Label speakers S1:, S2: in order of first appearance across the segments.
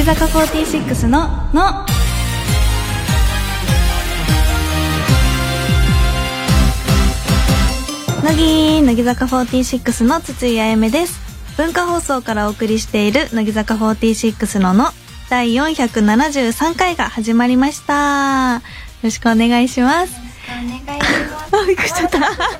S1: 坂46の乃木坂46の筒井あやめです。文化放送からお送りしている乃木坂46の第473回が始まりました。よろしくお願いします。
S2: よろしくお願いします。
S1: びっくりしちゃった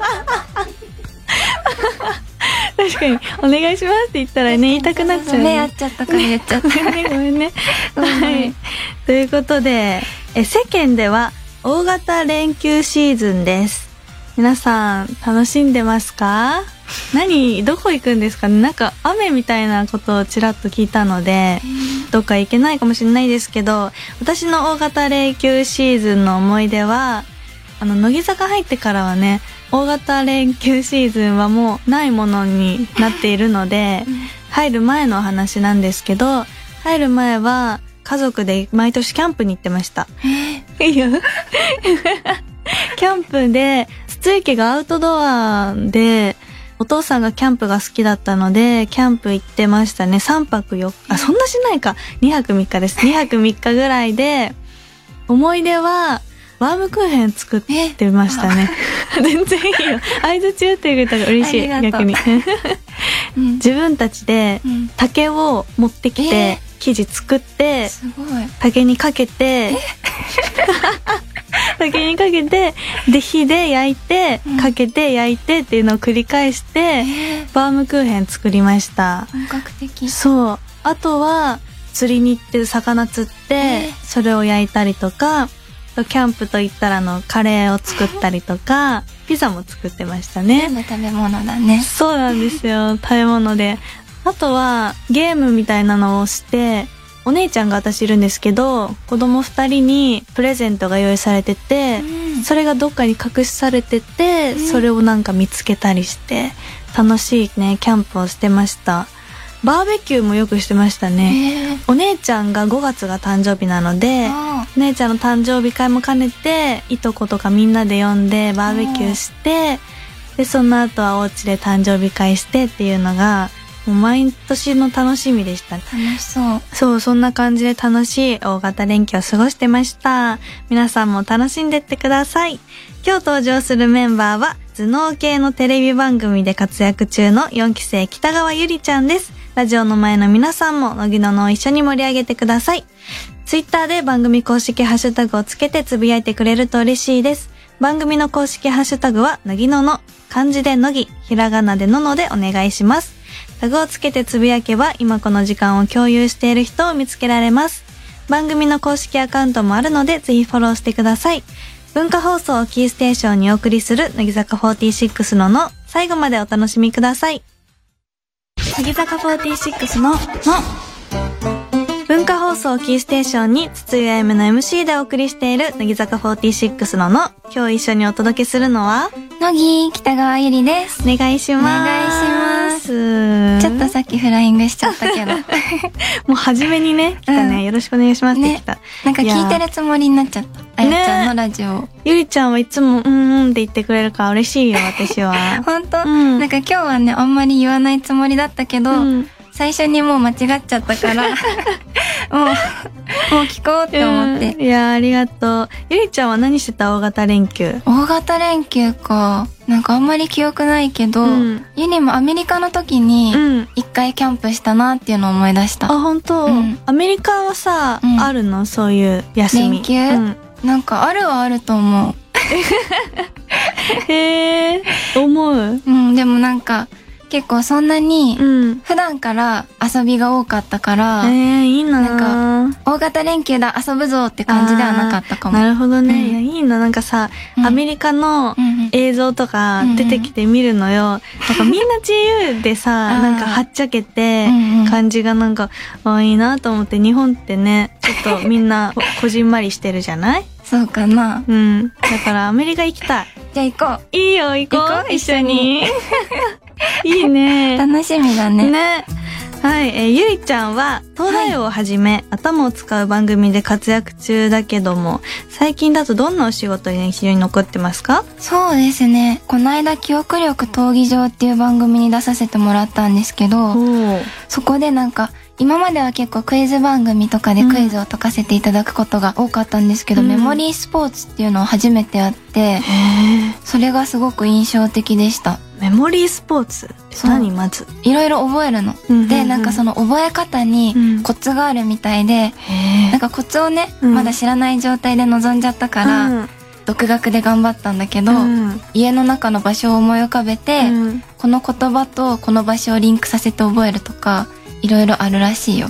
S1: 確かにお願いしますって言ったらね、言いたくなっちゃう、ね、
S2: 目合っちゃったから言っちゃった
S1: ごめんねはい、ということで世間では大型連休シーズンです。皆さん楽しんでますか？どこ行くんですかね。なんか雨みたいなことをちらっと聞いたのでどっか行けないかもしれないですけど、私の大型連休シーズンの思い出は乃木坂入ってからはね、大型連休シーズンはもうないものになっているので入る前のお話なんですけど、入る前は家族で毎年キャンプに行ってました。いいよキャンプで筒井家がアウトドアでお父さんがキャンプが好きだったのでキャンプ行ってましたね。3泊4日、そんなしないか、2泊3日です。2泊3日ぐらいで、思い出はバームクーヘン作ってましたね全然いいよ、相づち打ってくれたら嬉しい。逆に自分たちで竹を持ってきて生地作って、竹にかけて竹にかけてで火で焼いてかけて焼いてっていうのを繰り返してバームクーヘン作りました。
S2: 本格的。
S1: そう。あとは釣りに行って魚釣ってそれを焼いたりとか、キャンプといったらカレーを作ったりとかピザも作ってましたね。
S2: 全部食べ物だね。
S1: そうなんですよ食べ物で。あとはゲームみたいなのをして、お姉ちゃんが私いるんですけど、子供2人にプレゼントが用意されてて、それがどっかに隠しされてて、それをなんか見つけたりして楽しいねキャンプをしてました。バーベキューもよくしてましたね。お姉ちゃんが5月が誕生日なので、お姉ちゃんの誕生日会も兼ねていとことかみんなで呼んでバーベキューして、でその後はお家で誕生日会してっていうのがもう毎年の楽しみでした。
S2: 楽しそう。
S1: そう、そんな感じで楽しい大型連休を過ごしてました。皆さんも楽しんでってください。今日登場するメンバーは頭脳系のテレビ番組で活躍中の4期生北川ゆりちゃんです。ラジオの前の皆さんも乃木のを一緒に盛り上げてください。ツイッターで番組公式ハッシュタグをつけてつぶやいてくれると嬉しいです。番組の公式ハッシュタグは乃木の、漢字で乃木、ひらがなでのでお願いします。タグをつけてつぶやけば今この時間を共有している人を見つけられます。番組の公式アカウントもあるのでぜひフォローしてください。文化放送をキーステーションにお送りする乃木坂46の最後までお楽しみください。乃木坂46の文化放送キーステーションに筒井あやめの MC でお送りしている乃木坂46の今日一緒にお届けするのは
S2: 乃木北川ゆりです。
S1: お願いします。
S2: お願いします。ちょっとさっきフライングしちゃったけども
S1: う初めにね来たね、よろしくお願いしますって来た、
S2: なんか聞いてるつもりになっちゃった。あやちゃんのラジオ、
S1: ゆりちゃんはいつもって言ってくれるから嬉しいよ私は
S2: 本当、なんか今日はねあんまり言わないつもりだったけど、最初にもう間違っちゃったからもう聞こうって思って、
S1: いやありがとう。ゆりちゃんは何してた？大型連休。
S2: 大型連休か、なんかあんまり記憶ないけど、ゆりもアメリカの時に一回キャンプしたなっていうのを思い出した。
S1: あ、本当、アメリカはさ、あるのそういう休み
S2: 連休、なんかあるはあると思う
S1: へえ、思う。
S2: でもなんか結構そんなに普段から遊びが多かったから、
S1: いいな。
S2: なんか大型連休で遊ぶぞって感じではなかったかも。
S1: なるほどね、いやいいな。なんかさ、アメリカの映像とか出てきて見るのよ、なんかみんな自由でさなんかはっちゃけて感じがなんかいいなと思って。日本ってねちょっとみんなこじんまりしてるじゃない
S2: そうかな。
S1: だからアメリカ行きたい。
S2: じゃあ行こう。
S1: いいよ、行こう一緒にいいね。
S2: 楽しみだね。
S1: ね。はい、ゆりちゃんは東大王をはじめ、頭を使う番組で活躍中だけども、最近だとどんなお仕事に非常に残ってますか？
S2: そうですね、この間記憶力闘技場っていう番組に出させてもらったんですけど、そこでなんか今までは結構クイズ番組とかでクイズを解かせていただくことが多かったんですけど、メモリースポーツっていうのを初めてやって、それがすごく印象的でした。
S1: メモリースポーツって何？まず
S2: いろいろ覚えるの、でなんかその覚え方にコツがあるみたいで、なんかコツをね、まだ知らない状態で臨んじゃったから、独学で頑張ったんだけど、家の中の場所を思い浮かべて、この言葉とこの場所をリンクさせて覚えるとか、いろいろあるらしいよ。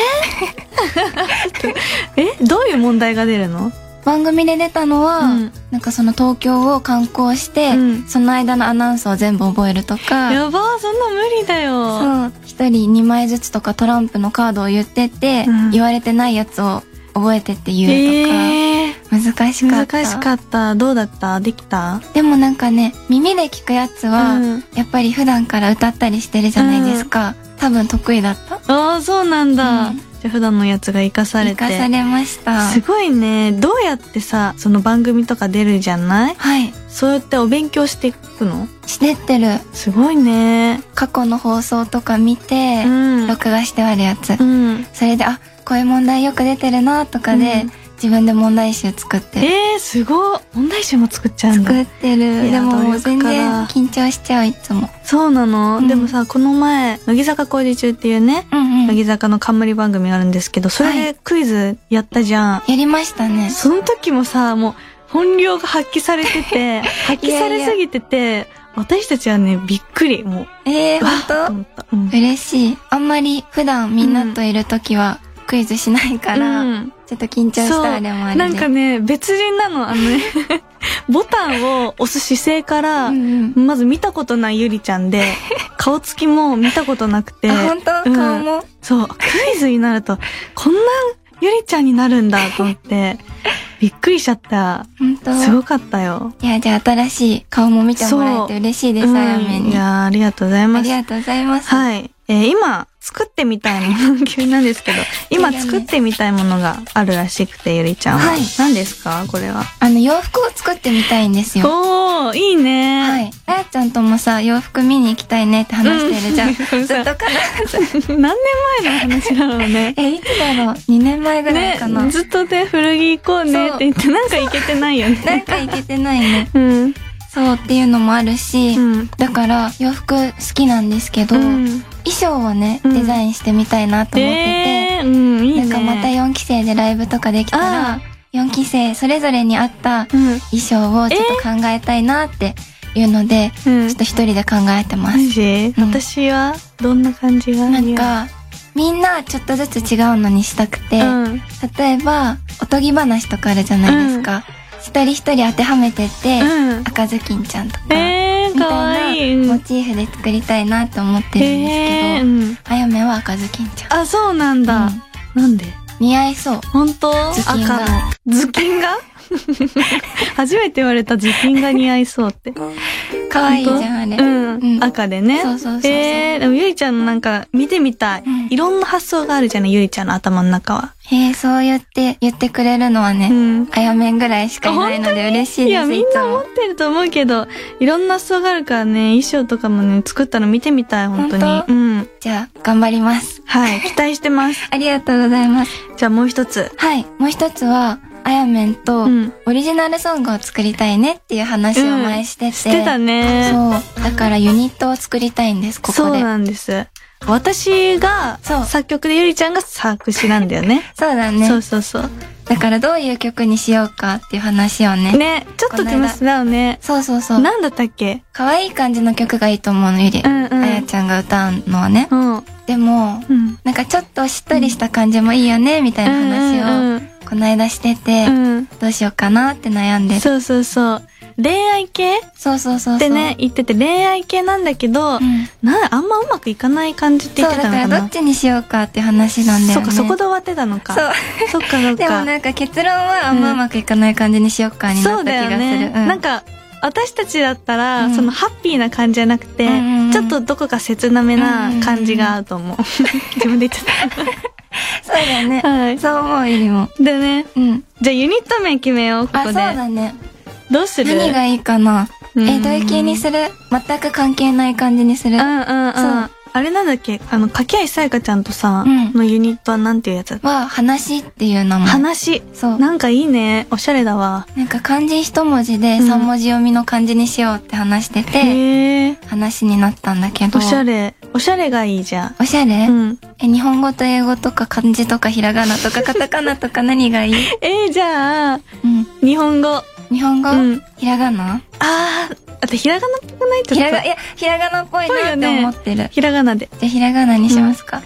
S1: どういう問題が出るの？
S2: 番組で出たのは、なんかその東京を観光して、その間のアナウンスを全部覚えるとか。
S1: やばー、そんな無理だよ。
S2: そう、一人2枚ずつとかトランプのカードを言ってって、言われてないやつを覚えてって言うとか、難しかった。
S1: 難しかった。どうだった？できた？
S2: でもなんかね、耳で聞くやつは、やっぱり普段から歌ったりしてるじゃないですか。多分得意だった。
S1: ああ、そうなんだ。じゃあ普段のやつが活かされて。
S2: 活かされました。
S1: すごいね。どうやってさ、その番組とか出るじゃない？
S2: はい。
S1: そうやってお勉強していくの？
S2: してってる。
S1: すごいね。
S2: 過去の放送とか見て、録画してあるやつ。それで、あ、こういう問題よく出てるなとかで、自分で問題集作ってる。
S1: すごい。問題集も作っちゃうんだ。
S2: 作ってる。でももう全然緊張しちゃう、いつも。
S1: そうなの？でもさ、この前、乃木坂工事中っていうね、乃木坂の冠番組があるんですけど、それでクイズやったじゃん。
S2: やりましたね。
S1: その時もさ、もう本領が発揮されてて、発揮されすぎてて、私たちはね、びっくり。もう。
S2: 本当？嬉しい。あんまり普段みんなといる時はクイズしないから、ちょっと緊張したあれもある
S1: なんかね、別人なの。ボタンを押す姿勢から、まず見たことないゆりちゃんで、顔つきも見たことなくて。
S2: 本当？顔も？
S1: そう、クイズになると、こんなゆりちゃんになるんだと思って、びっくりしちゃった。
S2: 本当？
S1: すごかったよ。
S2: いや、じゃあ新しい顔も見てもらえて嬉しいです、あやめに。
S1: いや、ありがとうございます。
S2: ありがとうございます。
S1: はい。今、作ってみたいもの、急なんですけど、今作ってみたいものがあるらしくて、ゆりちゃんは。はい。何ですかこれは。
S2: 洋服を作ってみたいんですよ。
S1: おー、いいね。
S2: はい。あやちゃんともさ、洋服見に行きたいねって話してるじゃん。ずっとか
S1: な。何年前の話だろうね。
S2: いつだろう ?2 年前ぐらいかな。
S1: ずっとで古着行こうねって言って、なんか行けてないよね。
S2: なんか行けてないね。そうっていうのもあるし、だから洋服好きなんですけど、衣装をね、デザインしてみたいなと思ってて、なんかまた4期生でライブとかできたら、4期生それぞれに合った衣装をちょっと考えたいなっていうので、ちょっと一人で考えてます。
S1: 私はどんな感じが？
S2: なんか、みんなちょっとずつ違うのにしたくて、例えば、おとぎ話とかあるじゃないですか。一人一人当てはめてって、赤ずきんちゃんとか、みたいなモチーフで作りたいなと思ってるんですけど、あやめは赤ずきんちゃん。
S1: あ、そうなんだ。なんで？
S2: 似合いそう。
S1: 本当？赤の。頭巾が初めて言われた頭巾が似合いそうって。
S2: 可愛いじゃん、あれ。
S1: 赤でね。
S2: そうそうそう。
S1: でもゆりちゃんのなんか見てみたい。いろんな発想があるじゃない、ゆりちゃんの頭の中は。
S2: そう言ってくれるのはね、あやめんぐらいしかいないので嬉しいです。い
S1: や、みんな持ってると思うけど、いろんな発想があるからね、衣装とかもね、作ったの見てみたい、本当に。
S2: じゃあ、頑張ります。
S1: はい、期待してます。
S2: ありがとうございます。
S1: じゃあもう一つ。
S2: はい、もう一つは、あやめんとオリジナルソングを作りたいねっていう話を前してて。
S1: してたね。
S2: そう。だからユニットを作りたいんです、ここで。
S1: そうなんです。私が作曲でゆりちゃんが作詞なんだよね。
S2: そうだね。
S1: そうそうそう。
S2: だからどういう曲にしようかっていう話をね。
S1: ね、ちょっと手間だよね。
S2: そうそうそう。
S1: なんだったっけ？
S2: 可愛い感じの曲がいいと思うの、ゆり。あやちゃんが歌うのはね。でも、なんかちょっとしっとりした感じもいいよね、みたいな話を、この間してて、どうしようかなって悩んでる。
S1: そうそうそう。恋愛系？
S2: そうそうそう。
S1: ってね、言ってて、恋愛系なんだけど、あんまうまくいかない感じって言ってたのかな。
S2: そう、だからどっちにしようかって話なんだよね。
S1: そっか、そこで終わってたのか。
S2: そう。
S1: そっかそっか。
S2: でもなんか結論はあんまうまくいかない感じにしようかになった気がする。そうだよね。
S1: なんか、私たちだったら、そのハッピーな感じじゃなくて、ちょっとどこか切なめな感じが合うと思う。自分で言っちゃった。
S2: そうだよね。はい。そう思うよりも。
S1: でね。じゃあユニット名決めよう、ここで。
S2: そうだね。
S1: どうする？
S2: 何がいいかな？どういう系にする？全く関係ない感じにする？そう。
S1: あれなんだっけ、柿谷さやかちゃんとさ、のユニットはなんていうやつ
S2: は、話っていう名前。
S1: 話。
S2: そう。
S1: なんかいいね。おしゃれだわ。
S2: なんか漢字一文字で3文字読みの漢字にしようって話してて、話になったんだけど。
S1: おしゃれ。おしゃれがいいじゃん。
S2: おしゃれ？日本語と英語とか漢字とかひらがなとかカタカナとか何がいい？
S1: じゃあ、日本語。
S2: 日本語？ひらがな？
S1: あとひらがなっぽくない？ちょっと。
S2: いや、ひらがなっぽいなって思ってる。
S1: ひらがなで。
S2: じゃあひらがなにしますか？ど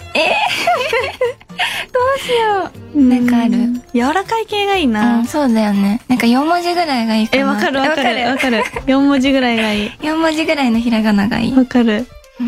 S2: うしよう。なんかある？
S1: 柔らかい系がいいな。
S2: そうだよね。なんか4文字ぐらいがいいかな。
S1: わかる。4文字ぐらいがいい。
S2: 4文字ぐらいのひらがながいい。
S1: わかる。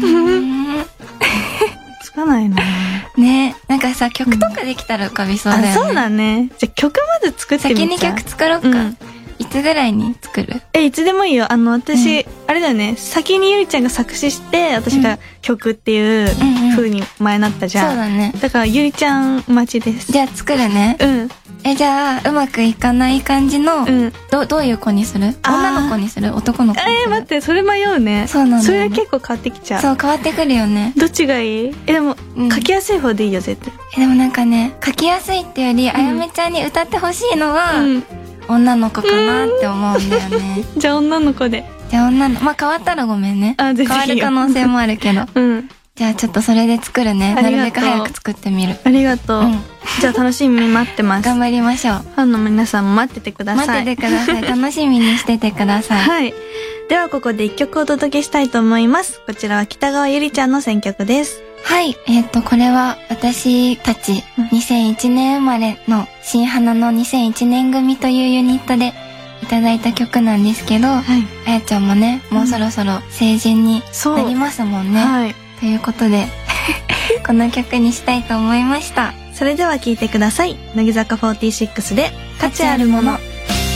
S1: つかないな。
S2: ね、なんかさ、曲とかできたら浮かびそうだよね。
S1: そうだね。じゃあ曲まず作ってみた。
S2: 先に曲作ろうか。いつぐらいに作る？
S1: いつでもいいよ。私、あれだよね。先にゆりちゃんが作詞して、私が曲っていう風に前なったじゃん。
S2: そうだね。
S1: だからゆりちゃん待ちです。
S2: じゃあ作るね。じゃあ、うまくいかない感じの、どういう子にする？女の子にする？男の子にする？
S1: 待って、それ迷うね。
S2: そうなんだ。
S1: それは結構変わってきちゃう。
S2: そう、変わってくるよね。
S1: どっちがいい？でも、書きやすい方でいいよ、絶対。
S2: でもなんかね、書きやすいっていうより、あやめちゃんに歌ってほしいのは、女の子かなって思うんだよね。
S1: じゃあ女の子で。
S2: じゃあ女の子、まあ変わったらごめんね。変わる可能性もあるけど。じゃあちょっとそれで作るね。なるべく早く作ってみる。
S1: ありがとう。じゃあ楽しみに待ってます。
S2: 頑張りましょう。
S1: ファンの皆さんも待っててください。
S2: 待っててください。楽しみにしててください。
S1: はい。ではここで一曲お届けしたいと思います。こちらは北川ゆりちゃんの選曲です。
S2: はい。これは私たち2001年生まれの新花の2001年組というユニットでいただいた曲なんですけど、あやちゃんもね、もうそろそろ成人になりますもんね。はい。ということで、この曲にしたいと思いました。
S1: それでは聴いてください。乃木坂46で価値あるもの。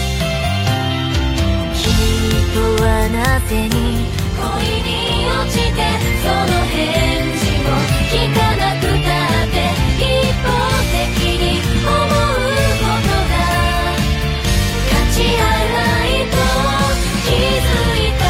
S3: 人はなぜに恋に落ちてその返事を聞かなくたって一方的に思うことが価値ある愛と気づい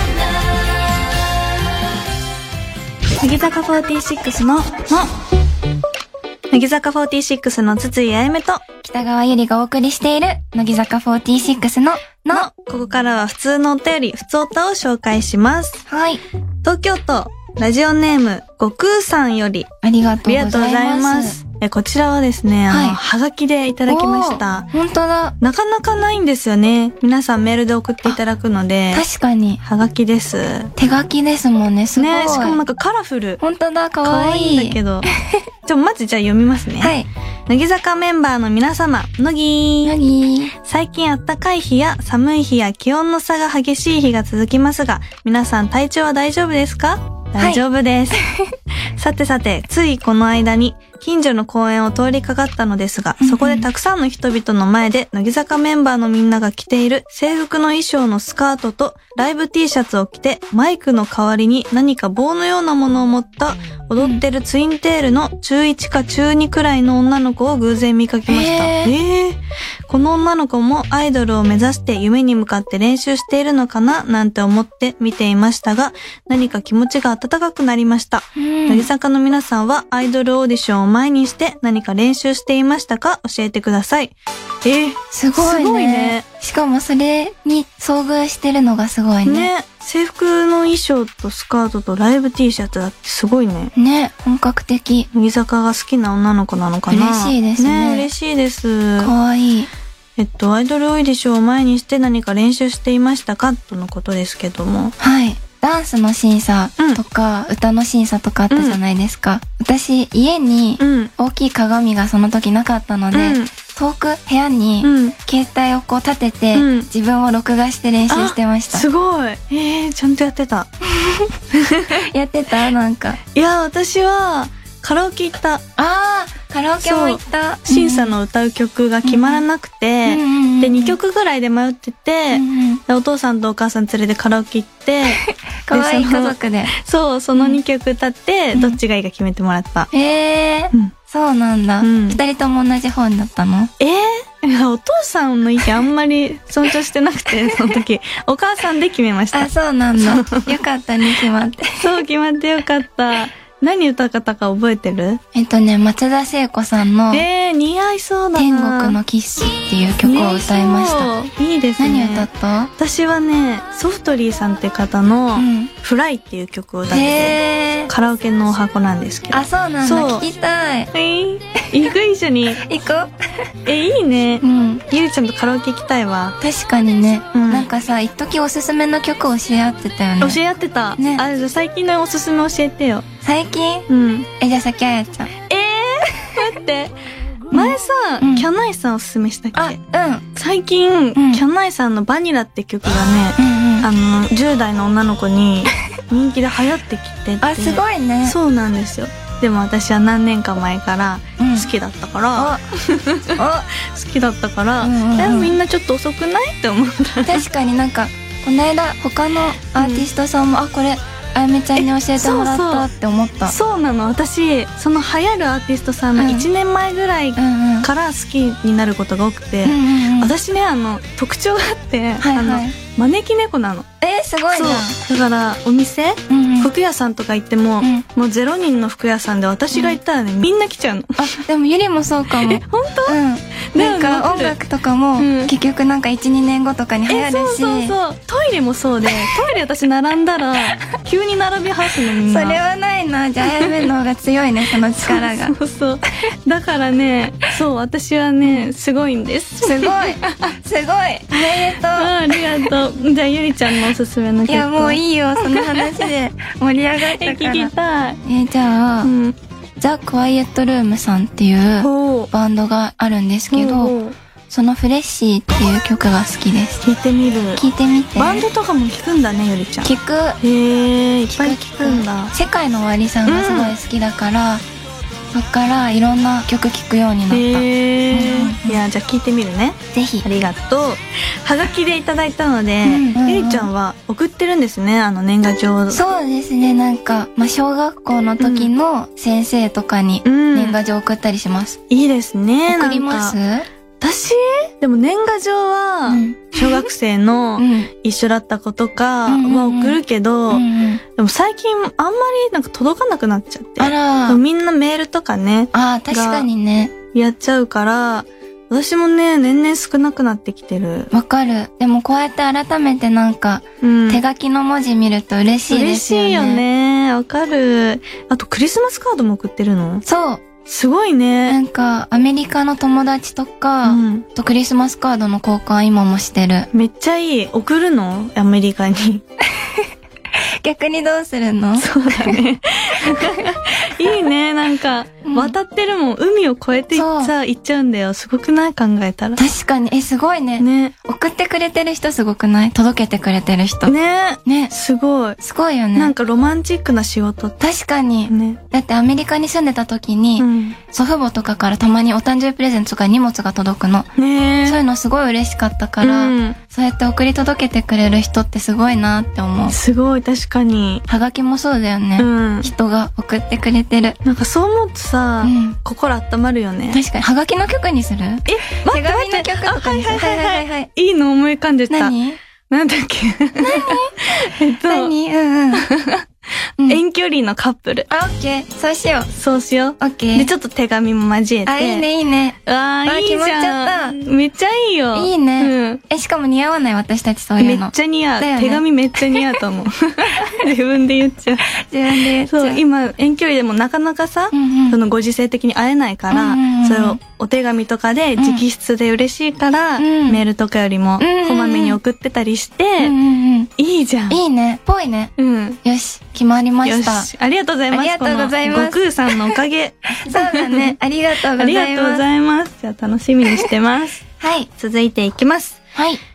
S3: たんだ。
S1: 乃木坂46の乃木坂46の筒井あやめと
S2: 北川ゆりがお送りしている乃木坂46の
S1: ここからは普通のお便り、普通おたを紹介します。
S2: はい。
S1: 東京都ラジオネーム悟空さんより
S2: ありがとうございます。
S1: こちらはですね、はがきでいただきました。
S2: 本当だ。
S1: なかなかないんですよね。皆さんメールで送っていただくので。
S2: 確かに。
S1: はがきです。
S2: 手書きですもんね、すごい。
S1: ね、しかもなんかカラフル。
S2: 本当だ、かわいい。
S1: かわいいんだけど。まずじゃあ読みますね。
S2: はい。
S1: 乃木坂メンバーの皆様、乃木。最近暖かい日や寒い日や気温の差が激しい日が続きますが、皆さん体調は大丈夫ですか？大丈夫です。さて、ついこの間に近所の公園を通りかかったのですが、そこでたくさんの人々の前で乃木坂メンバーのみんなが着ている制服の衣装のスカートとライブ T シャツを着てマイクの代わりに何か棒のようなものを持った踊ってるツインテールの中1か中2くらいの女の子を偶然見かけました。この女の子もアイドルを目指して夢に向かって練習しているのかななんて思って見ていましたが、何か気持ちが温かくなりました。乃木坂の皆さんはアイドルオーディションを前にして何か練習していましたか？教えてください。
S2: すごいね。しかもそれに遭遇してるのがすごいね。
S1: 制服の衣装とスカートとライブ T シャツだってすごいね。
S2: ね、本格的。
S1: 乃木坂が好きな女の子なのかな。
S2: 嬉しいですね。
S1: 嬉しいです。
S2: かわいい。
S1: アイドルオーディションを前にして何か練習していましたかとのことですけども。
S2: はい。ダンスの審査とか、歌の審査とかあったじゃないですか。私、家に大きい鏡がその時なかったので、遠く部屋に携帯をこう立てて、自分を録画して練習してました。
S1: すごい。ちゃんとやってた。
S2: やってた？なんか。
S1: いや、私はカラオケ行った。
S2: カラオケも行った。
S1: 審査の歌う曲が決まらなくて、で、2曲ぐらいで迷ってて、お父さんとお母さん連れてカラオケ行って、
S2: かわいい家族で。
S1: そう、その2曲歌って、どっちがいいか決めてもらった。
S2: そうなんだ。2人とも同じ方になったの？
S1: お父さんの意見あんまり尊重してなくて、その時。お母さんで決めました。
S2: あ、そうなんだ。よかったね、決まって。
S1: そう、決まってよかった。何歌ったか覚えてる？
S2: 松田聖子さんの
S1: 似合いそうだな。
S2: 天国のキッスっていう曲を歌いました。
S1: いいですね。
S2: 何歌った？
S1: 私はね、ソフトリーさんって方のフライっていう曲を歌って、カラオケのお箱なんですけど。
S2: あ、そうなんだ。聞きたい。
S1: 行く？一緒に。
S2: 行こ
S1: う。いいね。ゆりちゃんとカラオケ行きたいわ。
S2: 確かにね。なんかさ、一時おすすめの曲教え合ってたよね。
S1: 教え合ってた。ね。あ、じゃあ最近のおすすめ教えてよ。
S2: 最近？じゃあ先あやちゃん。
S1: 待って。前さ、キャナイさんおすすめしたっけ？最近、キャナイさんのバニラって曲がね、10代の女の子に人気で流行ってきてて。
S2: あ、すごいね。
S1: そうなんですよ。でも私は何年か前から好きだったから、好きだったから、みんなちょっと遅くないって思った。
S2: 確かになんか、この間他のアーティストさんも、これ、あやめちゃんに教えてもらったって思った。
S1: そうなの。私その流行るアーティストさんの1年前ぐらいから好きになることが多くて、私ね特徴があって、招き猫なの。
S2: すごいな。
S1: だからお店、服屋さんとか行っても、もう0人の服屋さんで私が行ったらね、みんな来ちゃうの。
S2: でもゆりもそうかも。
S1: 本当？
S2: なんか音楽とかも結局なんか 1,2 年後とかに流行るし。
S1: そうトイレもそうで、トイレ私並んだら急に並びはすのみんな。
S2: それはないな。じゃああやめの方が強いね、その力が。
S1: そうだからね、私はねすごいんです。
S2: すごいありがとう。
S1: ありがとう。じゃあゆりちゃんのおすすめの曲。
S2: いやもういいよ、その話で盛り上がったから。
S1: 聞きたい。
S2: じゃあ、ザ・クワイエットルームさんっていうバンドがあるんですけど、そのフレッシーっていう曲が好きです。
S1: 聞いてみる。
S2: 聞いてみて。
S1: バンドとかも聞くんだね、ゆりちゃん。
S2: 聞く。
S1: いっぱい聞くんだ。
S2: 世界の終わりさんがすごい好きだから、そっからいろんな曲聴くようになった。
S1: いや、じゃあ聞いてみるね。
S2: ぜひ。
S1: ありがとう。はがきでいただいたので、ゆりちゃんは送ってるんですね、年賀状。
S2: そうですね、なんか、小学校の時の先生とかに年賀状送ったりします。
S1: いいですね。
S2: 送ります？
S1: 私でも年賀状は小学生の一緒だった子とかは送るけど、でも最近あんまりなんか届かなくなっちゃって、みんなメールとかね、
S2: 確かにね
S1: やっちゃうから、私もね年々少なくなってきてる。
S2: わかる。でもこうやって改めてなんか手書きの文字見ると嬉しいですよね。
S1: 嬉しいよね。わかる。あとクリスマスカードも送ってるの？
S2: そう。
S1: すごいね。
S2: なんかアメリカの友達とかとクリスマスカードの交換今もしてる。
S1: めっちゃいい。送るの？アメリカに。
S2: 逆にどうするの？
S1: そうだね。いいね。なんか渡ってるもん。海を越えて行っちゃうんだよ。すごくない？考えたら。
S2: 確かに。すごいね。
S1: ね。
S2: 送ってくれてる人すごくない？届けてくれてる人。
S1: ね。すごい。
S2: すごいよね。
S1: なんかロマンチックな仕事。
S2: 確かに。
S1: ね。
S2: だってアメリカに住んでた時に、祖父母とかからたまにお誕生日プレゼントとか荷物が届くの。
S1: ね。
S2: そういうのすごい嬉しかったから、そうやって送り届けてくれる人ってすごいなって思う。
S1: すごい、確かに。
S2: はがきもそうだよね。人が送ってくれてる。
S1: なんかそう思うとさ、心温まるよね。
S2: 確かに。はがきの曲にする？
S1: 待って。
S2: 手紙の曲とかにする？はい。
S1: いいの思い浮かんでた。
S2: 何？
S1: なんだっけ？
S2: 何？
S1: 遠距離のカップル。
S2: オッケー。そうしよう。
S1: そうしよう。
S2: オッケー。
S1: で、ちょっと手紙も交えて。
S2: いいね、いいね。
S1: いいじゃん。
S2: 決まっちゃった。
S1: めっちゃいいよ。
S2: いいね。しかも似合わない？私たちそういうの。
S1: めっちゃ似合う。手紙めっちゃ似合うと思う。自分で言っちゃう。そう、今、遠距離でもなかなかさ、そのご時世的に会えないから、それをお手紙とかで直筆で嬉しいから、メールとかよりもこまめに送ってたりして、いいじゃん。
S2: いいね。ぽいね。よし、決まりました。
S1: ありがとうございます。
S2: ありがとうございます。
S1: 悟空さんのおかげ。
S2: そうだね。ありがとうございます。
S1: ありがとうございます。じゃあ楽しみにしてます。
S2: はい。
S1: 続いていきます。
S2: はい。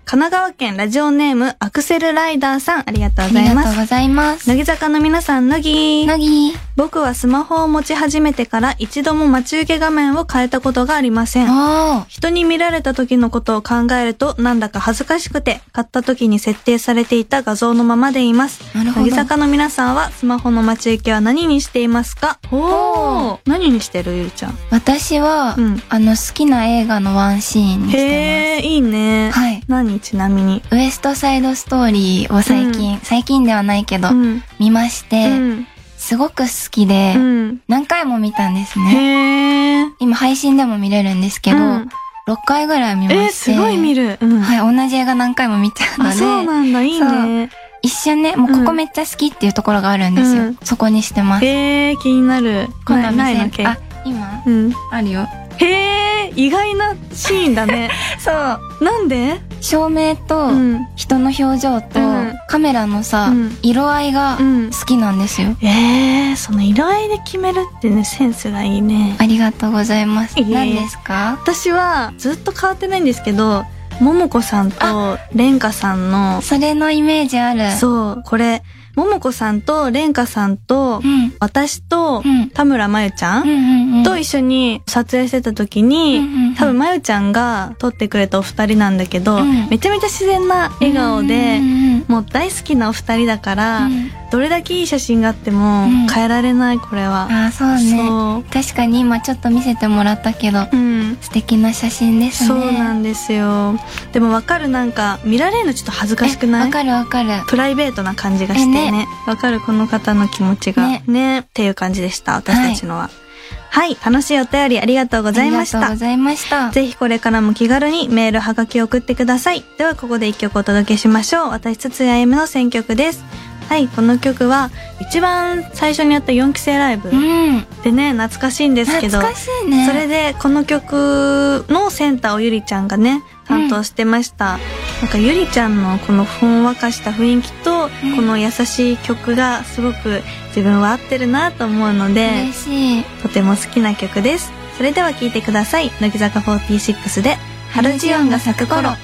S1: 神奈川県ラジオネームアクセルライダーさん、ありがとうございます。
S2: ありがとうございます。
S1: 乃木坂の皆さん、乃木。僕はスマホを持ち始めてから一度も待ち受け画面を変えたことがありません。人に見られた時のことを考えるとなんだか恥ずかしくて、買った時に設定されていた画像のままでいます。乃木坂の皆さんはスマホの待ち受けは何にしていますか？何にしてるゆりちゃん？
S2: 私は、好きな映画のワンシーンにしてます。
S1: いいね。
S2: はい。
S1: 何ちなみに？
S2: ウエストサイドストーリーを最近ではないけど、見まして、すごく好きで、何回も見たんですね。今配信でも見れるんですけど、6回ぐらい見まして。
S1: すごい見る。
S2: はい、同じ映画何回も見ちゃうので。
S1: そうなんだ、いいね。
S2: 一瞬ね、もうここめっちゃ好きっていうところがあるんですよ。そこにしてます。
S1: 気になる。
S2: 今度
S1: ないのけ？
S2: 今あるよ。
S1: 意外なシーンだね。
S2: そう。
S1: なんで？
S2: 照明と人の表情とカメラのさ、色合いが好きなんですよ。
S1: その色合いで決めるってね、センスがいいね。
S2: ありがとうございます。何ですか？
S1: 私はずっと変わってないんですけど、桃子さんと蓮華さんの、
S2: それのイメージある。
S1: そう、これ桃子さんと蓮華さんと、私と田村真由ちゃんと一緒に撮影してた時に、多分真由ちゃんが撮ってくれたお二人なんだけど、めちゃめちゃ自然な笑顔で、もう大好きなお二人だから、どれだけいい写真があっても変えられない、これは。
S2: そうね。確かに今ちょっと見せてもらったけど、素敵な写真ですね。
S1: そうなんですよ。でもわかる、なんか見られるのちょっと恥ずかしくない？
S2: わかるわかる。
S1: プライベートな感じがしてね。わかる、この方の気持ちが。ね。っていう感じでした、私たちのは。はい、楽しいお便りありがとうございました。
S2: ありがとうございました。
S1: ぜひこれからも気軽にメールはがきを送ってください。ではここで一曲お届けしましょう。私筒井あゆむの選曲です。はい、この曲は一番最初にやった4期生ライブでね、懐かしいんですけど、
S2: 懐かしいね。
S1: それでこの曲のセンターをゆりちゃんがね担当してました。なんかゆりちゃんのこのほんわかした雰囲気と、この優しい曲がすごく自分は合ってるなと思うので、
S2: 嬉しい。
S1: とても好きな曲です。それでは聴いてください。乃木坂46で春ジオンが咲く頃。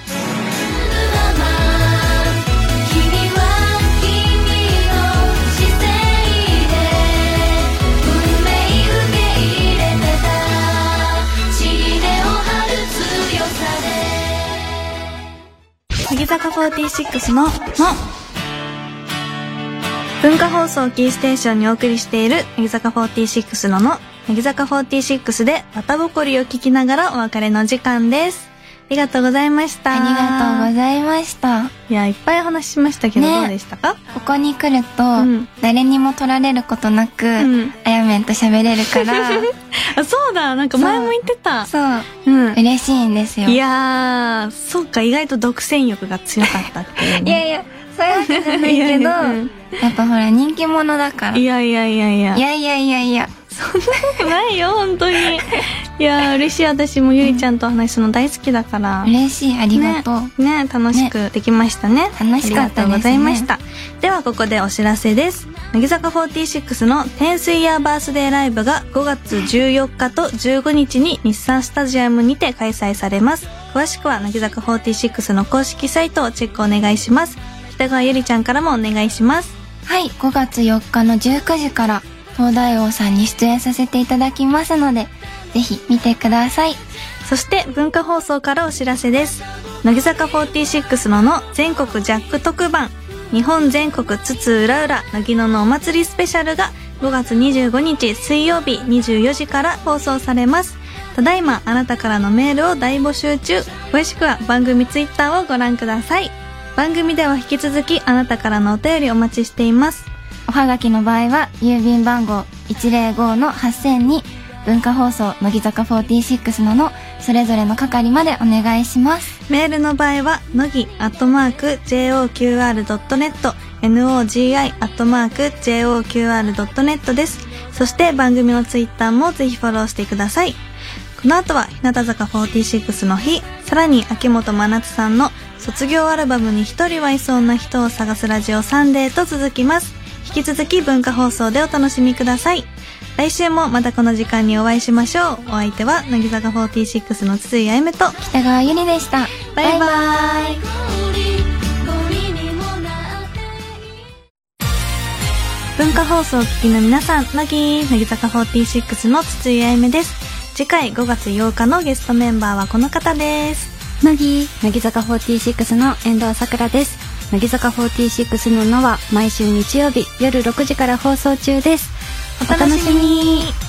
S1: 乃木坂46の文化放送キーステーションにお送りしている乃木坂46の乃木坂46で綿ぼこりを聞きながらお別れの時間です。ありがとうございました。
S2: ありがとうございました。
S1: いや、いっぱいお話ししましたけど、どうでしたか？
S2: ここに来ると、誰にも取られることなく、あやめんと喋れるから
S1: あ、そうだ、なんか前も言ってた。
S2: そう、嬉しいんですよ。
S1: いやー、そうか、意外と独占欲が強かったっていうね。
S2: いやいや、そういうわけじゃないけどやっぱほら人気者だから。
S1: いやそんなことないよ、本当に。いや、嬉しい。私もゆりちゃんと話すの大好きだから。
S2: 嬉しい、ありがとう。
S1: ね、楽しくできましたね。
S2: 楽しかったですね。ありがとうございました。
S1: ではここでお知らせです。乃木坂46の10thイヤーバースデーライブが5月14日と15日に日産スタジアムにて開催されます。詳しくは乃木坂46の公式サイトをチェックお願いします。北川ゆりちゃんからもお願いします。
S2: はい、5月4日の19時から東大王さんに出演させていただきますので、ぜひ見てください。
S1: そして文化放送からお知らせです。乃木坂46の全国ジャック特番、日本全国津々浦々乃木のお祭りスペシャルが5月25日水曜日24時から放送されます。ただいまあなたからのメールを大募集中。詳しくは番組ツイッターをご覧ください。番組では引き続きあなたからのお便りお待ちしています。
S2: おはがきの場合は郵便番号 105-8000 に文化放送乃木坂46のそれぞれの係までお願いします。
S1: メールの場合は乃木@joqr.net nogi@joqr.net です。そして番組のツイッターもぜひフォローしてください。この後は日向坂46の日、さらに秋元真夏さんの卒業アルバムに一人はいそうな人を探すラジオサンデーと続きます。引き続き文化放送でお楽しみください。来週もまたこの時間にお会いしましょう。お相手は乃木坂46の筒井あゆめと
S2: 北川ゆりでした。
S1: バイバイ。 文化放送を聞きの皆さん、乃木坂46の筒井あゆめです。次回5月8日のゲストメンバーはこの方です。
S4: 乃木坂46の遠藤さくらです。乃木坂46ののは毎週日曜日夜6時から放送中です。
S1: お楽しみに。